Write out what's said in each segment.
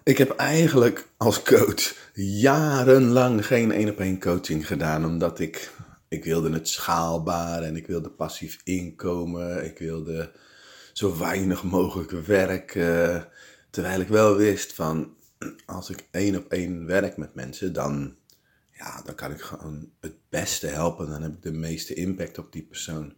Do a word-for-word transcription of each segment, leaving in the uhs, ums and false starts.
Ik heb eigenlijk als coach jarenlang geen één op één coaching gedaan, omdat ik, ik wilde het schaalbaar en ik wilde passief inkomen. Ik wilde zo weinig mogelijk werk, eh, terwijl ik wel wist van, als ik één op één werk met mensen, dan, ja, dan kan ik gewoon het beste helpen. Dan heb ik de meeste impact op die persoon.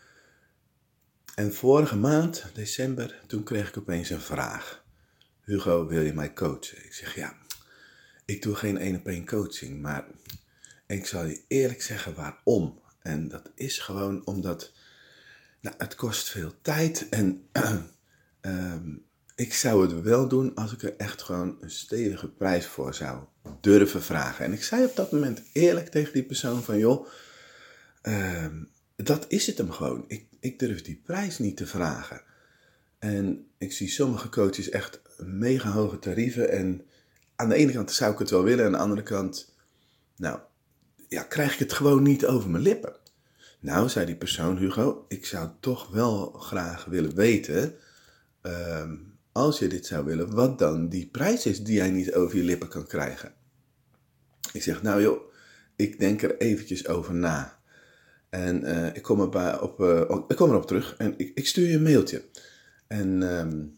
En vorige maand, december, toen kreeg ik opeens een vraag. Hugo, wil je mij coachen? Ik zeg ja, ik doe geen één op één coaching, maar ik zal je eerlijk zeggen waarom. En dat is gewoon omdat, nou, het kost veel tijd en um, ik zou het wel doen als ik er echt gewoon een stevige prijs voor zou durven vragen. En ik zei op dat moment eerlijk tegen die persoon van joh, um, dat is het hem gewoon. Ik, ik durf die prijs niet te vragen. En ik zie sommige coaches echt mega hoge tarieven en aan de ene kant zou ik het wel willen, aan de andere kant, nou, ja, krijg ik het gewoon niet over mijn lippen. Nou, zei die persoon, Hugo, ik zou toch wel graag willen weten, uh, als je dit zou willen, wat dan die prijs is die jij niet over je lippen kan krijgen. Ik zeg, nou joh, ik denk er eventjes over na. En uh, ik, kom er op, uh, ik kom erop terug en ik, ik stuur je een mailtje. En um,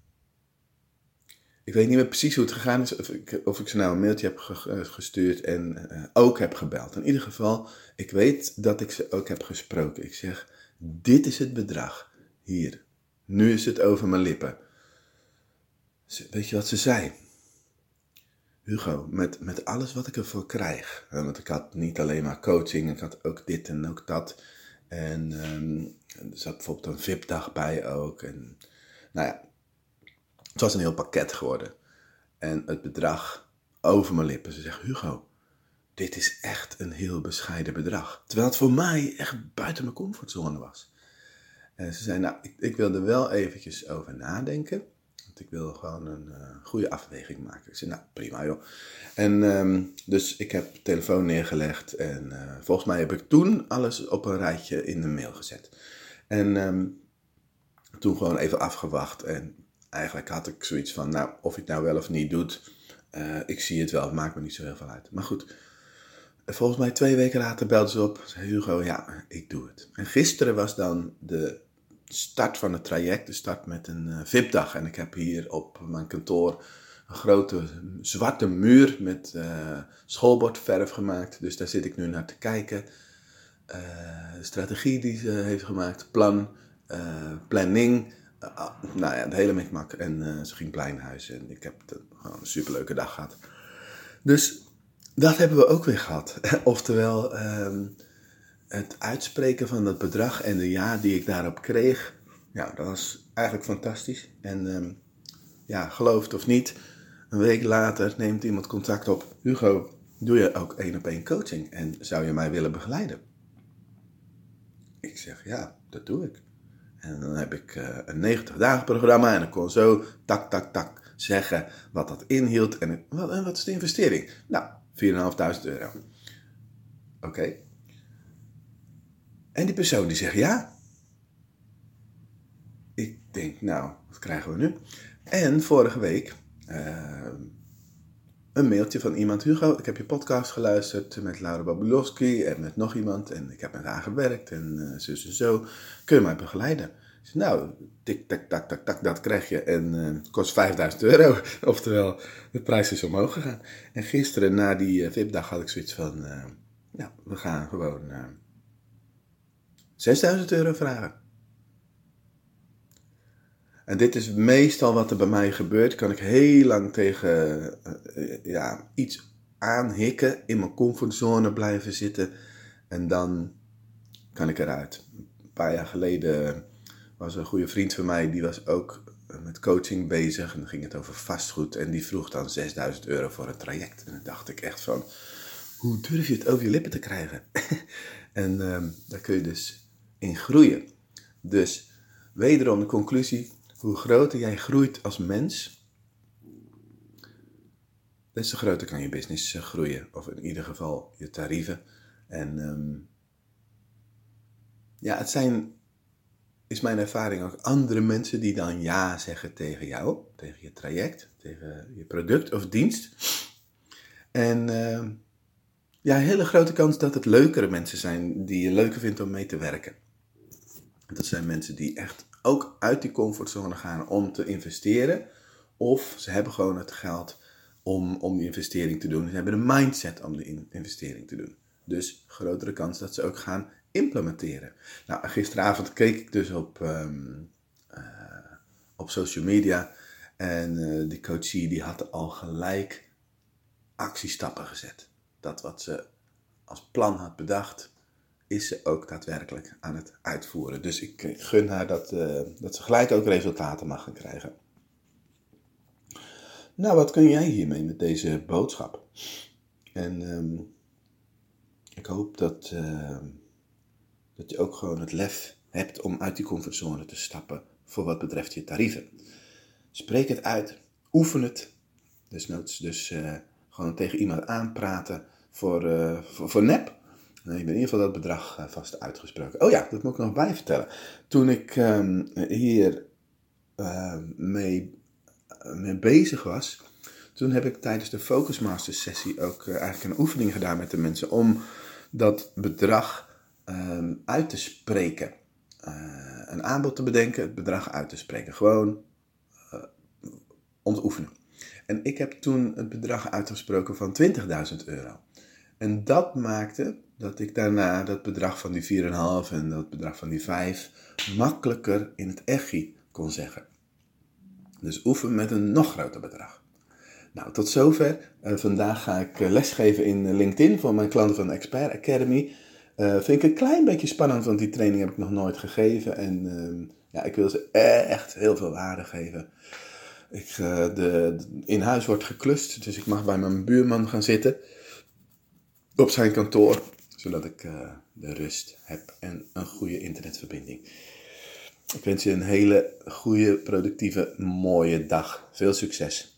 ik weet niet meer precies hoe het gegaan is, of ik, of ik ze nou een mailtje heb gestuurd en uh, ook heb gebeld. In ieder geval, ik weet dat ik ze ook heb gesproken. Ik zeg, dit is het bedrag. Hier. Nu is het over mijn lippen. Ze, weet je wat ze zei? Hugo, met, met alles wat ik ervoor krijg. Want ik had niet alleen maar coaching, ik had ook dit en ook dat. En um, er zat bijvoorbeeld een V I P-dag bij ook. En, nou ja, het was een heel pakket geworden. En het bedrag over mijn lippen. Ze zegt, Hugo, dit is echt een heel bescheiden bedrag. Terwijl het voor mij echt buiten mijn comfortzone was. En ze zei, nou, ik, ik wil er wel eventjes over nadenken. Want ik wil gewoon een uh, goede afweging maken. Ik zei, nou, prima joh. En um, dus ik heb de telefoon neergelegd. En uh, volgens mij heb ik toen alles op een rijtje in de mail gezet. En um, toen gewoon even afgewacht. En eigenlijk had ik zoiets van, nou, of ik het nou wel of niet doe, uh, ik zie het wel, het maakt me niet zo heel veel uit. Maar goed, volgens mij twee weken later belde ze op, zei Hugo, ja, ik doe het. En gisteren was dan de start van het traject, de start met een uh, V I P-dag. En ik heb hier op mijn kantoor een grote zwarte muur met uh, schoolbordverf gemaakt. Dus daar zit ik nu naar te kijken. Uh, de strategie die ze heeft gemaakt, plan, uh, planning. Uh, nou ja, de hele mikmak. En uh, ze ging blij naar huis. En ik heb de, gewoon een superleuke dag gehad. Dus dat hebben we ook weer gehad. Oftewel, um, het uitspreken van dat bedrag en de ja die ik daarop kreeg. Ja, dat was eigenlijk fantastisch. En um, ja, geloof het of niet. Een week later neemt iemand contact op. Hugo, doe je ook één op één coaching? En zou je mij willen begeleiden? Ik zeg, ja, dat doe ik. En dan heb ik uh, een negentig dagen programma en ik kon zo tak, tak, tak zeggen wat dat inhield. En, wat, en wat is de investering? Nou, vierduizend vijfhonderd euro. Oké. Okay. En die persoon die zegt ja. Ik denk, nou, wat krijgen we nu? En vorige week uh, een mailtje van iemand. Hugo, ik heb je podcast geluisterd met Laura Babulowski en met nog iemand. En ik heb met haar gewerkt en uh, zus en zo. Kun je mij begeleiden? Ik zei, nou, tik, tak, tak, tak, tak, dat krijg je. En uh, het kost vijfduizend euro. Oftewel, de prijs is omhoog gegaan. En gisteren na die uh, V I P-dag had ik zoiets van, uh, nou, we gaan gewoon uh, zesduizend euro vragen. En dit is meestal wat er bij mij gebeurt. Kan ik heel lang tegen uh, ja, iets aanhikken, in mijn comfortzone blijven zitten. En dan kan ik eruit. Een paar jaar geleden was een goede vriend van mij, die was ook met coaching bezig. En dan ging het over vastgoed. En die vroeg dan zesduizend euro voor een traject. En dan dacht ik echt van, hoe durf je het over je lippen te krijgen? en um, daar kun je dus in groeien. Dus wederom de conclusie. Hoe groter jij groeit als mens, des te groter kan je business groeien. Of in ieder geval je tarieven. En um, ja, het zijn is mijn ervaring ook andere mensen die dan ja zeggen tegen jou, tegen je traject, tegen je product of dienst. En uh, ja, een hele grote kans dat het leukere mensen zijn die je leuker vindt om mee te werken. Dat zijn mensen die echt ook uit die comfortzone gaan om te investeren. Of ze hebben gewoon het geld om, om die investering te doen. Ze hebben een mindset om de investering te doen. Dus grotere kans dat ze ook gaan implementeren. Nou, gisteravond keek ik dus op, um, uh, op social media. En uh, die coachie die had al gelijk actiestappen gezet. Dat wat ze als plan had bedacht, is ze ook daadwerkelijk aan het uitvoeren. Dus ik gun haar dat, uh, dat ze gelijk ook resultaten mag gaan krijgen. Nou, wat kun jij hiermee met deze boodschap? En um, ik hoop dat, uh, dat je ook gewoon het lef hebt om uit die comfortzone te stappen voor wat betreft je tarieven. Spreek het uit, oefen het. Desnoods dus uh, gewoon tegen iemand aanpraten voor, uh, voor, voor nep. Nee, ik ben in ieder geval dat bedrag uh, vast uitgesproken. Oh ja, dat moet ik nog bij vertellen. Toen ik um, hier uh, mee, uh, mee bezig was, toen heb ik tijdens de Focus Masters sessie ook uh, eigenlijk een oefening gedaan met de mensen om dat bedrag um, uit te spreken. Uh, een aanbod te bedenken, het bedrag uit te spreken. Gewoon uh, om te oefenen. En ik heb toen het bedrag uitgesproken van twintigduizend euro. En dat maakte dat ik daarna dat bedrag van die vier komma vijf en dat bedrag van die vijf makkelijker in het echi kon zeggen. Dus oefen met een nog groter bedrag. Nou, tot zover. Uh, vandaag ga ik uh, lesgeven in LinkedIn voor mijn klanten van de Expert Academy. Uh, vind ik een klein beetje spannend, want die training heb ik nog nooit gegeven. En uh, ja, ik wil ze echt heel veel waarde geven. Ik, uh, de, de, in huis wordt geklust, dus ik mag bij mijn buurman gaan zitten. Op zijn kantoor, zodat ik uh, de rust heb en een goede internetverbinding. Ik wens je een hele goede, productieve, mooie dag. Veel succes!